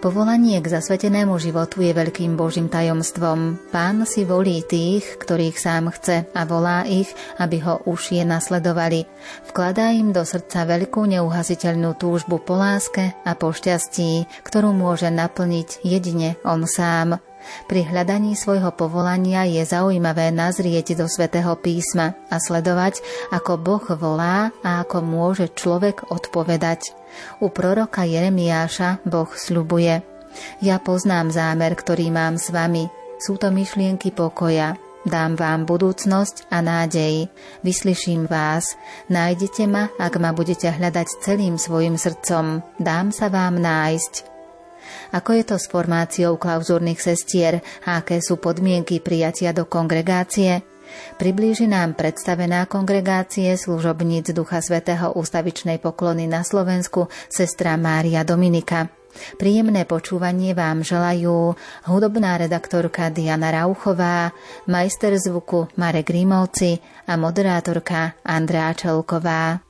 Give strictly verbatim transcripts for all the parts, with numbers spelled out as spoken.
Povolanie k zasvetenému životu je veľkým Božím tajomstvom. Pán si volí tých, ktorých sám chce, a volá ich, aby ho užšie nasledovali. Vkladá im do srdca veľkú neuhasiteľnú túžbu po láske a po šťastí, ktorú môže naplniť jedine on sám. Pri hľadaní svojho povolania je zaujímavé nazrieť do Svätého písma a sledovať, ako Boh volá a ako môže človek odpovedať. U proroka Jeremiáša Boh sľubuje: Ja poznám zámer, ktorý mám s vami. Sú to myšlienky pokoja. Dám vám budúcnosť a nádej. Vyslyším vás. Nájdete ma, ak ma budete hľadať celým svojim srdcom. Dám sa vám nájsť. Ako je to s formáciou klauzúrnych sestier a aké sú podmienky prijatia do kongregácie? Priblíži nám predstavená kongregácie služobníc Ducha Svätého ústavičnej poklony na Slovensku sestra Mária Dominika. Príjemné počúvanie vám želajú hudobná redaktorka Diana Rauchová, majster zvuku Marek Rímovci a moderátorka Andrea Čelková.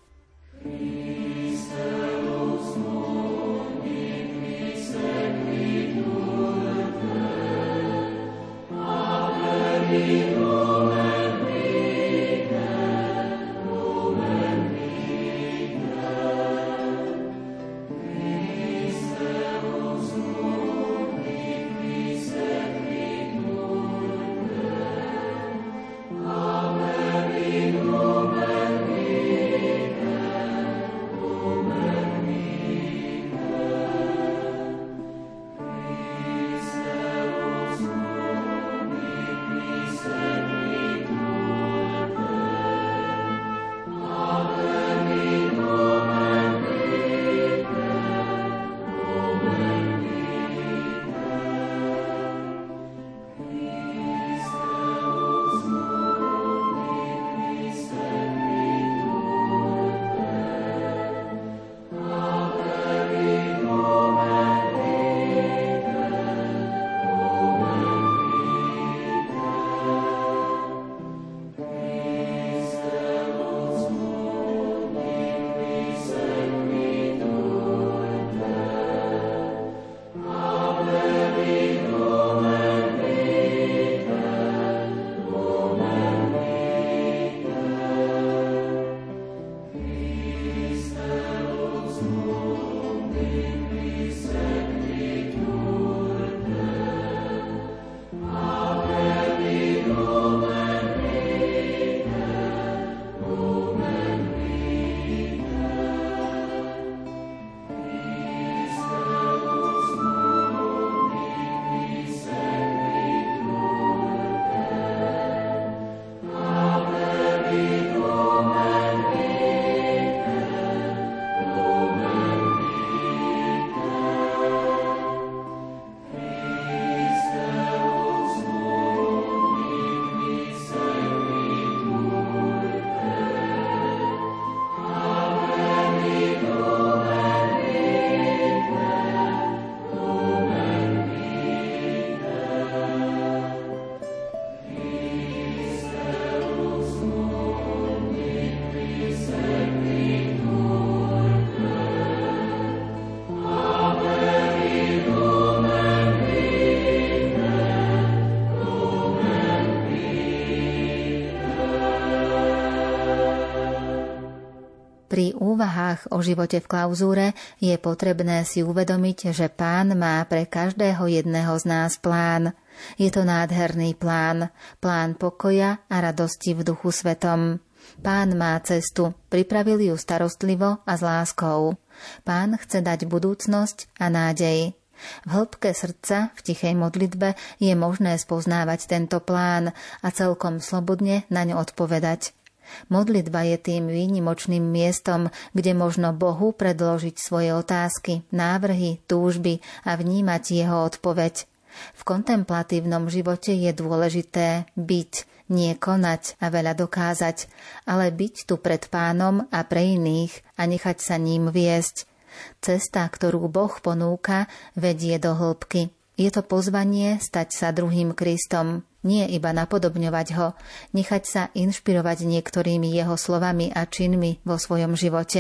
Pri úvahách o živote v klauzúre je potrebné si uvedomiť, že Pán má pre každého jedného z nás plán. Je to nádherný plán, plán pokoja a radosti v Duchu Svetom. Pán má cestu, pripravil ju starostlivo a s láskou. Pán chce dať budúcnosť a nádej. V hĺbke srdca, v tichej modlitbe je možné spoznávať tento plán a celkom slobodne naň odpovedať. Modlitba je tým výnimočným miestom, kde možno Bohu predložiť svoje otázky, návrhy, túžby a vnímať jeho odpoveď. V kontemplatívnom živote je dôležité byť, nie konať a veľa dokázať, ale byť tu pred Pánom a pre iných a nechať sa ním viesť. Cesta, ktorú Boh ponúka, vedie do hĺbky. Je to pozvanie stať sa druhým Kristom, nie iba napodobňovať ho, nechať sa inšpirovať niektorými jeho slovami a činmi vo svojom živote.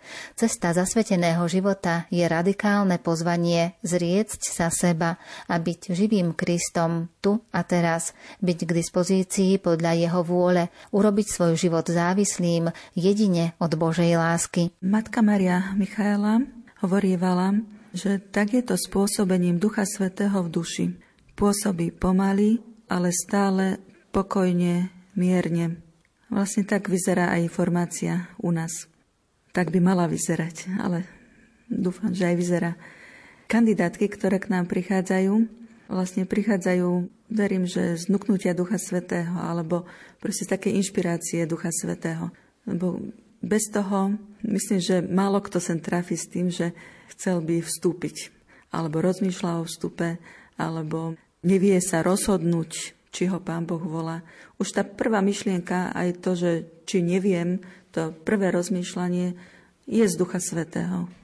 Cesta zasveteného života je radikálne pozvanie zriecť sa seba a byť živým Kristom tu a teraz, byť k dispozícii podľa jeho vôle, urobiť svoj život závislým jedine od Božej lásky. Matka Mária Michaela hovorievala, že tak je to spôsobením Ducha Svätého v duši. Pôsobí pomaly, ale stále pokojne, mierne. Vlastne tak vyzerá aj formácia u nás. Tak by mala vyzerať, ale dúfam, že aj vyzerá. Kandidátky, ktoré k nám prichádzajú, vlastne prichádzajú, verím, že z vnuknutia Ducha Svätého, alebo proste z takej inšpirácie Ducha Svätého. Lebo bez toho, myslím, že málo kto sem trafí s tým, že chcel by vstúpiť, alebo rozmýšľa o vstupe, alebo nevie sa rozhodnúť, či ho Pán Boh volá. Už tá prvá myšlienka, aj to, že či neviem, to prvé rozmýšľanie je z Ducha Svätého.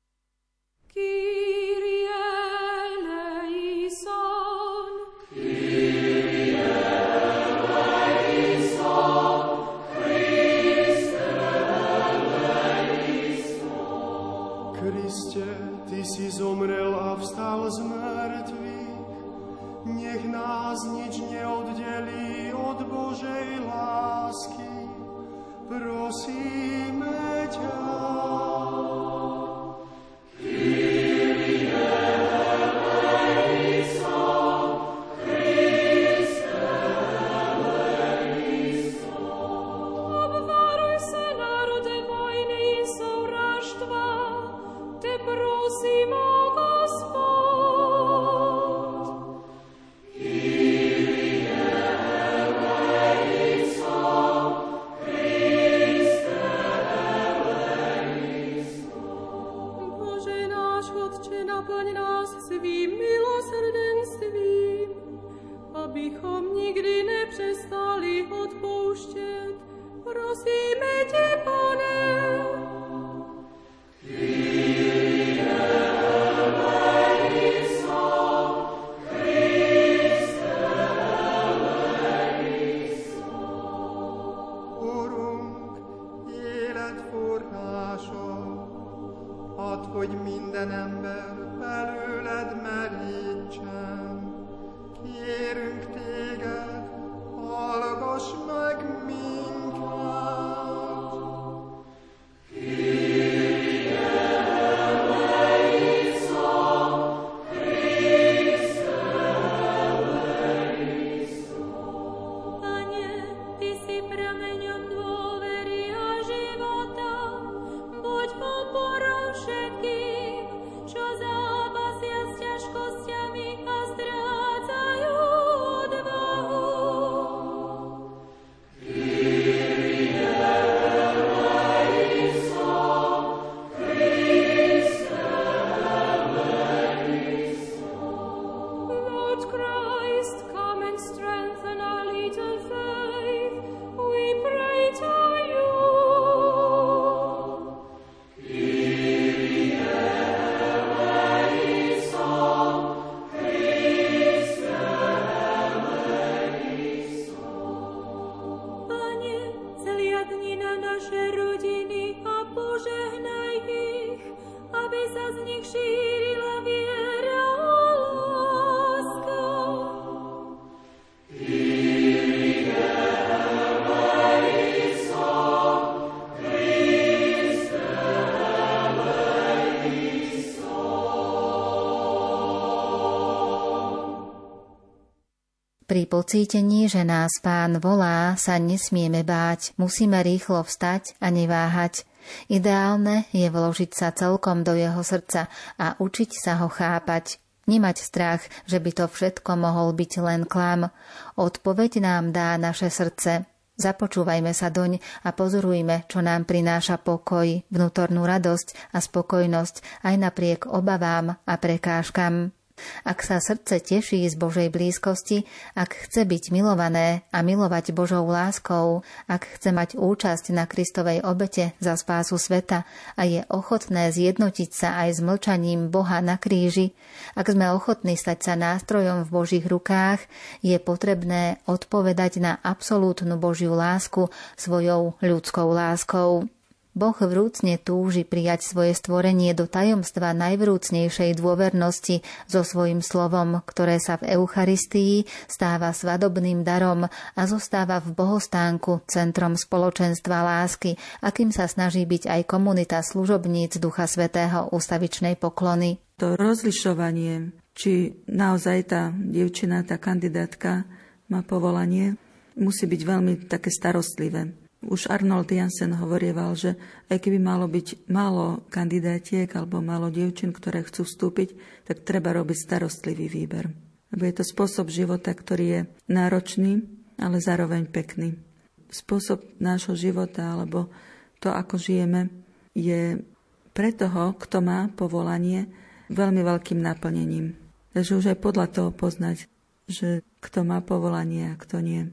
Kyrie eleison. Kyrie eleison. Christe eleison. Kriste, Ty si zomrel a vstal z mŕtvych. Nech nás nič neoddelí od Božej lásky. Prosíme ťa. Kyrie eleison, Christe eleison. Obwaruj se, národe vojny i souraštva, te prosím, o Gospod. Kyrie eleison, Christe eleison. Bože náš, Otče, naplň nás svým milosrdenstvím, abychom nikdy nepřestali odpouštět. Prosíme tě, Pane. Kyrie eleison, Christe eleison. Urunk, életforrásod, add, hogy minden ember belőled merítsen. Kérünk téged, hallgass meg minket. Kyrie eleison, Christe eleison. Pane, Ty si prameňom dôvery a života, buď oporou všetkým, čo zápasia s ťažkosťami a strácajú odvahu. Kyrie eleison, Christe eleison. Lord Christ, come and strengthen our little faith, we pray to you. Kyrie eleison, Christe eleison. Pane, zliadni na naše rodiny a požehnaj ich, aby sa z nich šírila viera a láska. Kyrie eleison, Christe eleison. Pri pocítení, že nás Pán volá, sa nesmieme báť, musíme rýchlo vstať a neváhať. Ideálne je vložiť sa celkom do jeho srdca a učiť sa ho chápať. Nemať strach, že by to všetko mohol byť len klam. Odpoveď nám dá naše srdce. Započúvajme sa doň a pozorujme, čo nám prináša pokoj, vnútornú radosť a spokojnosť aj napriek obavám a prekážkam. Ak sa srdce teší z Božej blízkosti, ak chce byť milované a milovať Božou láskou, ak chce mať účasť na Kristovej obete za spásu sveta a je ochotné zjednotiť sa aj s mlčaním Boha na kríži, ak sme ochotní stať sa nástrojom v Božích rukách, je potrebné odpovedať na absolútnu Božiu lásku svojou ľudskou láskou. Boh vrúcne túži prijať svoje stvorenie do tajomstva najvrúcnejšej dôvernosti so svojím slovom, ktoré sa v Eucharistii stáva svadobným darom a zostáva v bohostánku centrom spoločenstva lásky, akým sa snaží byť aj komunita služobníc Ducha Svätého ústavičnej poklony. To rozlišovanie, či naozaj tá dievčina, tá kandidátka má povolanie, musí byť veľmi také starostlivé. Už Arnold Jansen hovorieval, že aj keby malo byť málo kandidátiek alebo málo dievčín, ktoré chcú vstúpiť, tak treba robiť starostlivý výber. Lebo je to spôsob života, ktorý je náročný, ale zároveň pekný. Spôsob nášho života alebo to, ako žijeme, je pre toho, kto má povolanie, veľmi veľkým naplnením. Takže už aj podľa toho poznať, že kto má povolanie a kto nie.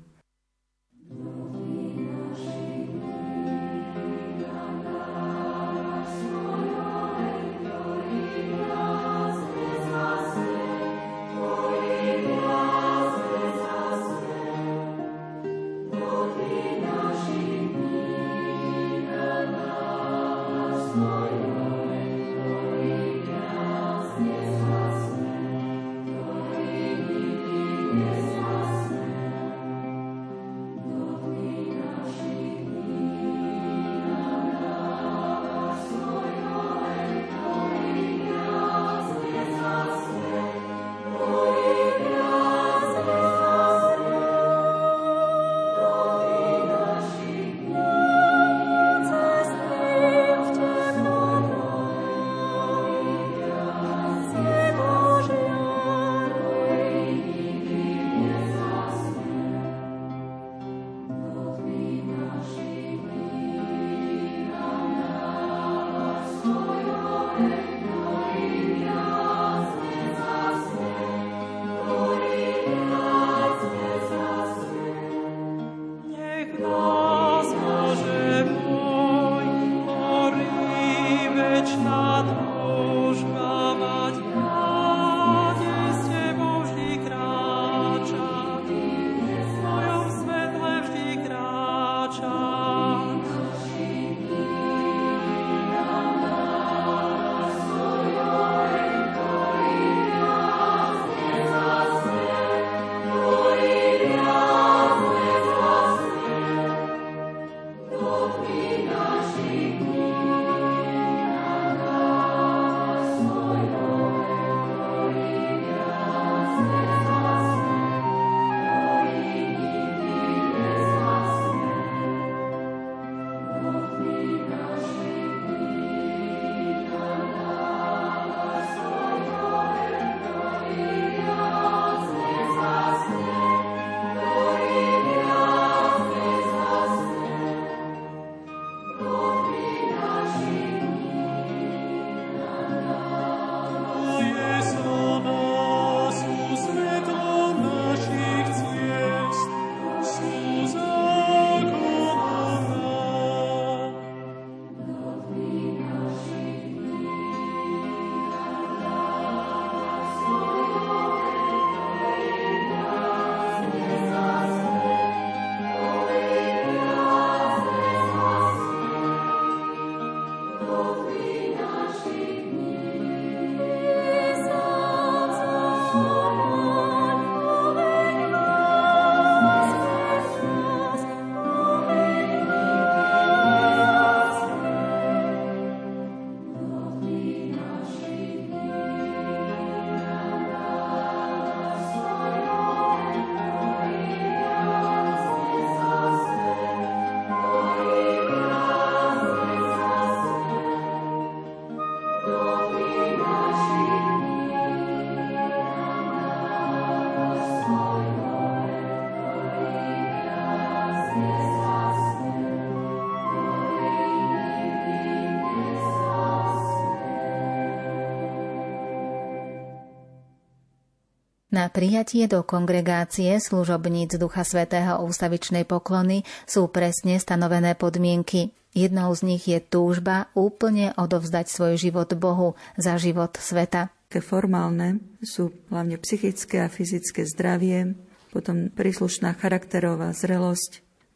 Na prijatie do kongregácie služobníc Ducha Svätého ústavičnej poklony sú presne stanovené podmienky. Jednou z nich je túžba úplne odovzdať svoj život Bohu za život sveta. Také formálne sú hlavne psychické a fyzické zdravie, potom príslušná charakterová zrelosť,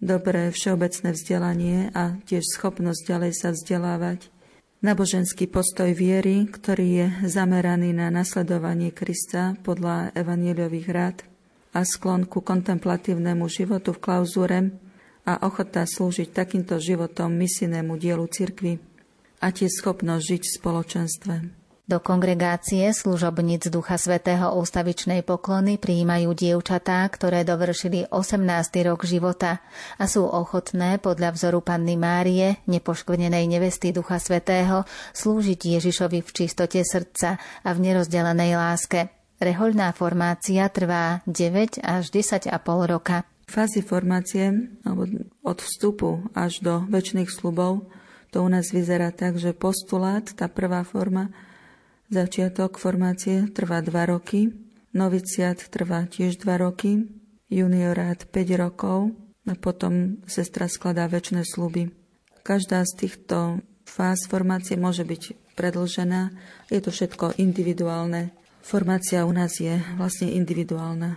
dobré všeobecné vzdelanie a tiež schopnosť ďalej sa vzdelávať. Náboženský postoj viery, ktorý je zameraný na nasledovanie Krista podľa evanjeliových rád a sklon ku kontemplatívnemu životu v klauzúre a ochota slúžiť takýmto životom misijnému dielu cirkvi a tiež schopnosť žiť v spoločenstve. Do kongregácie služobníc Ducha Svätého ústavičnej poklony prijímajú dievčatá, ktoré dovršili osemnásty rok života a sú ochotné podľa vzoru Panny Márie, nepoškvrnenej nevesty Ducha Svätého, slúžiť Ježišovi v čistote srdca a v nerozdelenej láske. Rehoľná formácia trvá deväť až desať a pol roka. Fázy formácie, alebo od vstupu až do večných sľubov, to u nás vyzerá tak, že postulát, tá prvá forma, začiatok formácie trvá dva roky, noviciát trvá tiež dva roky, juniorát päť rokov a potom sestra skladá večné sľuby. Každá z týchto fáz formácie môže byť predĺžená, je to všetko individuálne. Formácia u nás je vlastne individuálna.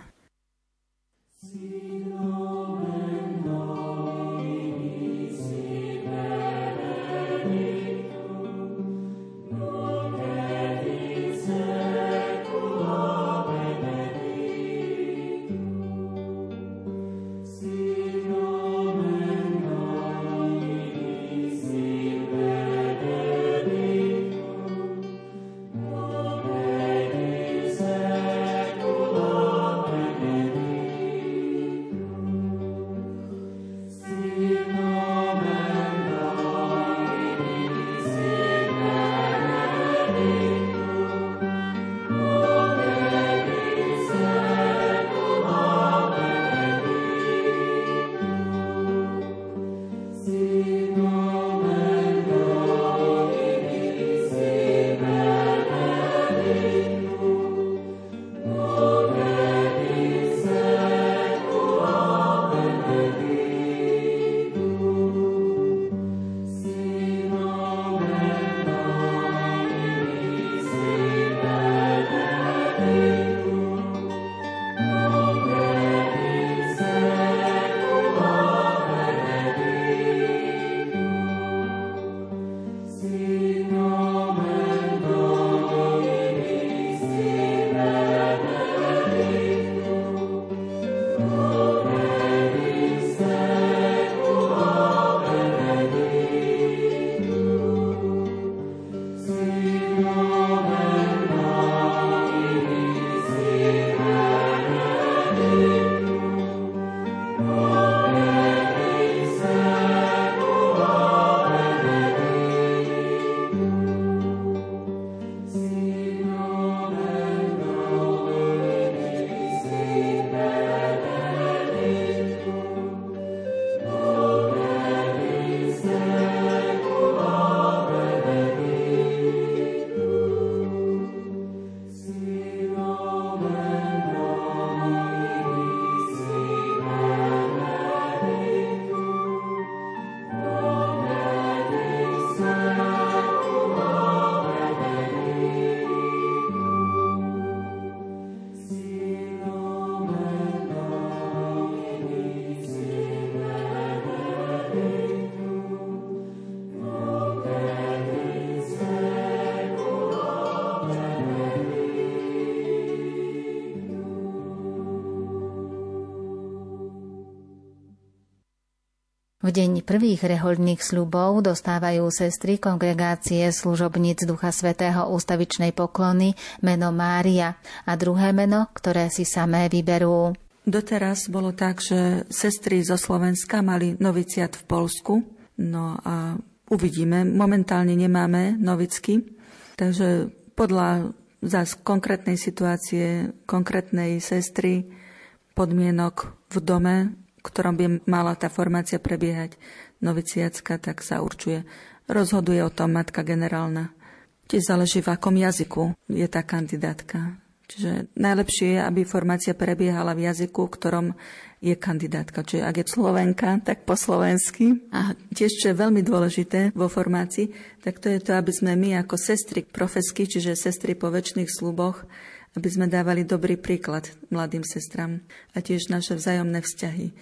V deň prvých rehoľných sľubov dostávajú sestry kongregácie služobníc Ducha Svätého ústavičnej poklony meno Mária a druhé meno, ktoré si samé vyberú. Doteraz bolo tak, že sestry zo Slovenska mali noviciat v Poľsku, no a uvidíme, momentálne nemáme novicky, takže podľa zás konkrétnej situácie, konkrétnej sestry, podmienok v dome, v ktorom by mala tá formácia prebiehať noviciacka, tak sa určuje. Rozhoduje o tom matka generálna. Tiež záleží, v akom jazyku je tá kandidátka. Čiže najlepšie je, aby formácia prebiehala v jazyku, v ktorom je kandidátka. Čiže ak je Slovenka, tak po slovensky. A tiež, čo je veľmi dôležité vo formácii, tak to je to, aby sme my ako sestry profesky, čiže sestry po večných sľuboch, aby sme dávali dobrý príklad mladým sestram a tiež naše vzájomné vzťahy.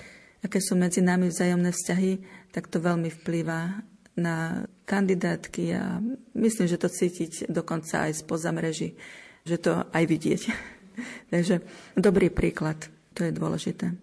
aké sú medzi nami vzájomné vzťahy, tak to veľmi vplýva na kandidátky a myslím, že to cítiť dokonca aj spoza mreží, že to aj vidieť. Takže dobrý príklad, to je dôležité.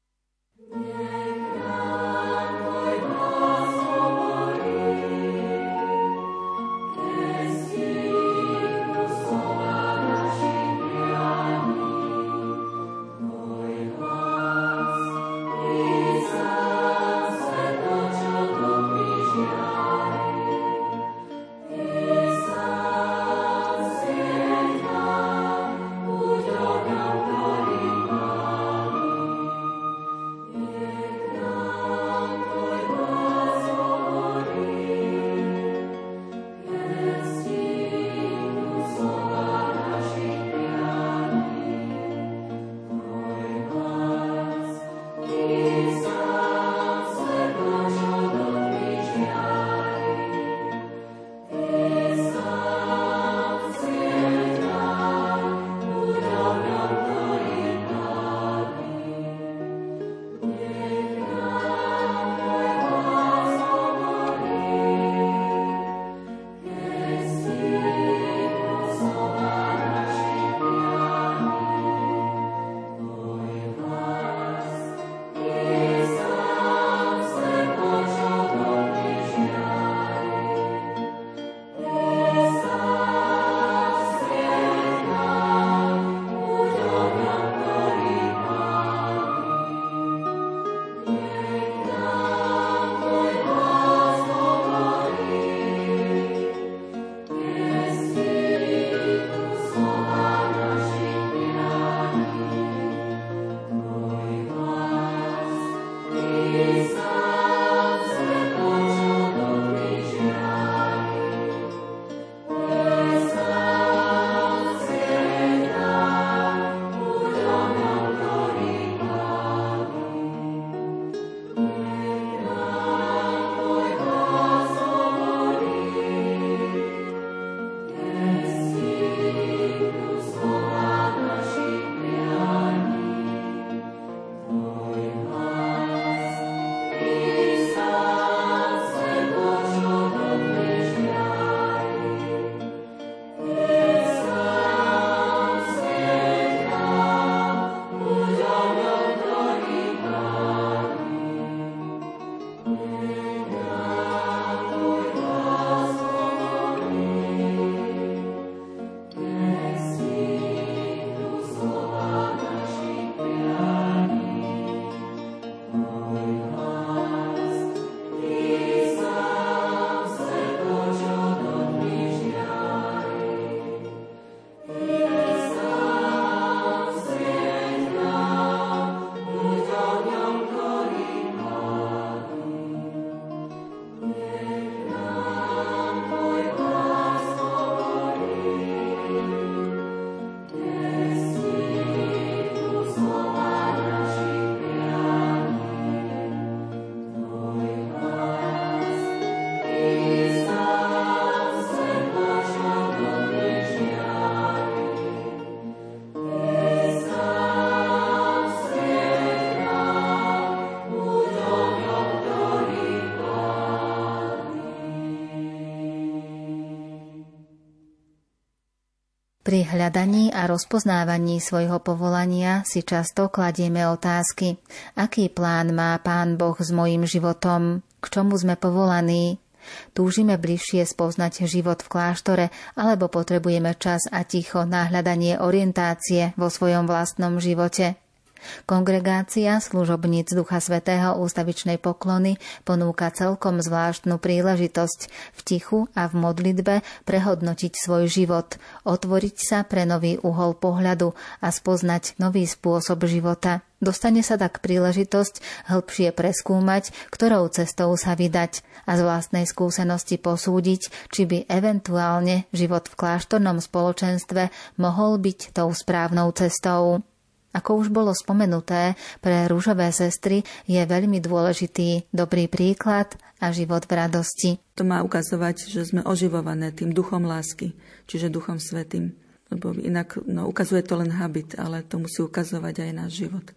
Pri hľadaní a rozpoznávaní svojho povolania si často kladieme otázky. Aký plán má Pán Boh s mojím životom? K čomu sme povolaní? Túžime bližšie spoznať život v kláštore, alebo potrebujeme čas a ticho na hľadanie orientácie vo svojom vlastnom živote? Kongregácia služobníc Ducha Svätého ústavičnej poklony ponúka celkom zvláštnu príležitosť v tichu a v modlitbe prehodnotiť svoj život, otvoriť sa pre nový uhol pohľadu a spoznať nový spôsob života. Dostane sa tak príležitosť hĺbšie preskúmať, ktorou cestou sa vydať a z vlastnej skúsenosti posúdiť, či by eventuálne život v kláštornom spoločenstve mohol byť tou správnou cestou. Ako už bolo spomenuté, pre ružové sestry je veľmi dôležitý dobrý príklad a život v radosti. To má ukazovať, že sme oživované tým duchom lásky, čiže Duchom Svätým. Lebo inak no, ukazuje to len habit, ale to musí ukazovať aj náš život.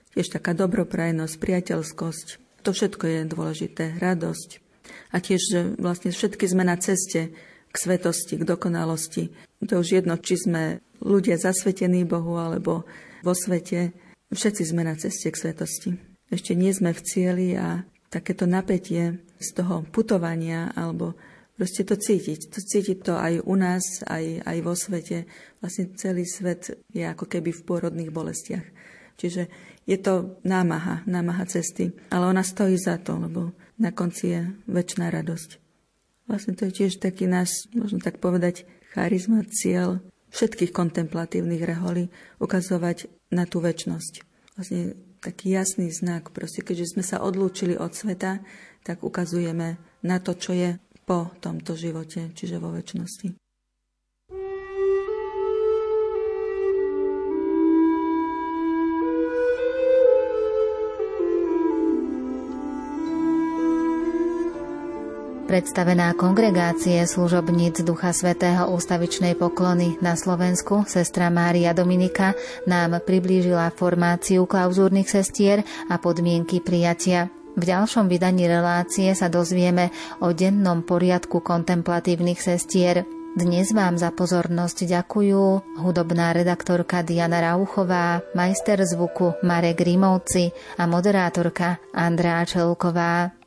tiež taká dobroprajnosť, priateľskosť. To všetko je dôležité, radosť. A tiež, že vlastne všetky sme na ceste k svetosti, k dokonalosti. To je už jedno, či sme ľudia zasvetení Bohu, alebo vo svete. Všetci sme na ceste k svetosti. Ešte nie sme v cieli a takéto napätie z toho putovania, alebo proste to cítiť. To cítiť to aj u nás, aj, aj vo svete. Vlastne celý svet je ako keby v pôrodných bolestiach. Čiže je to námaha, námaha cesty. Ale ona stojí za to, lebo na konci je večná radosť. Vlastne to je tiež taký náš, možno tak povedať, charizma, cieľ všetkých kontemplatívnych reholí ukazovať na tú večnosť. Vlastne taký jasný znak. Proste, keďže sme sa odlúčili od sveta, tak ukazujeme na to, čo je po tomto živote, čiže vo večnosti. Predstavená kongregácie služobníc Ducha Svätého ústavičnej poklony na Slovensku, sestra Mária Dominika, nám priblížila formáciu klauzúrnych sestier a podmienky prijatia. V ďalšom vydaní relácie sa dozvieme o dennom poriadku kontemplatívnych sestier. Dnes vám za pozornosť ďakujú hudobná redaktorka Diana Rauchová, majster zvuku Marek Rimovci a moderátorka Andrea Čelková.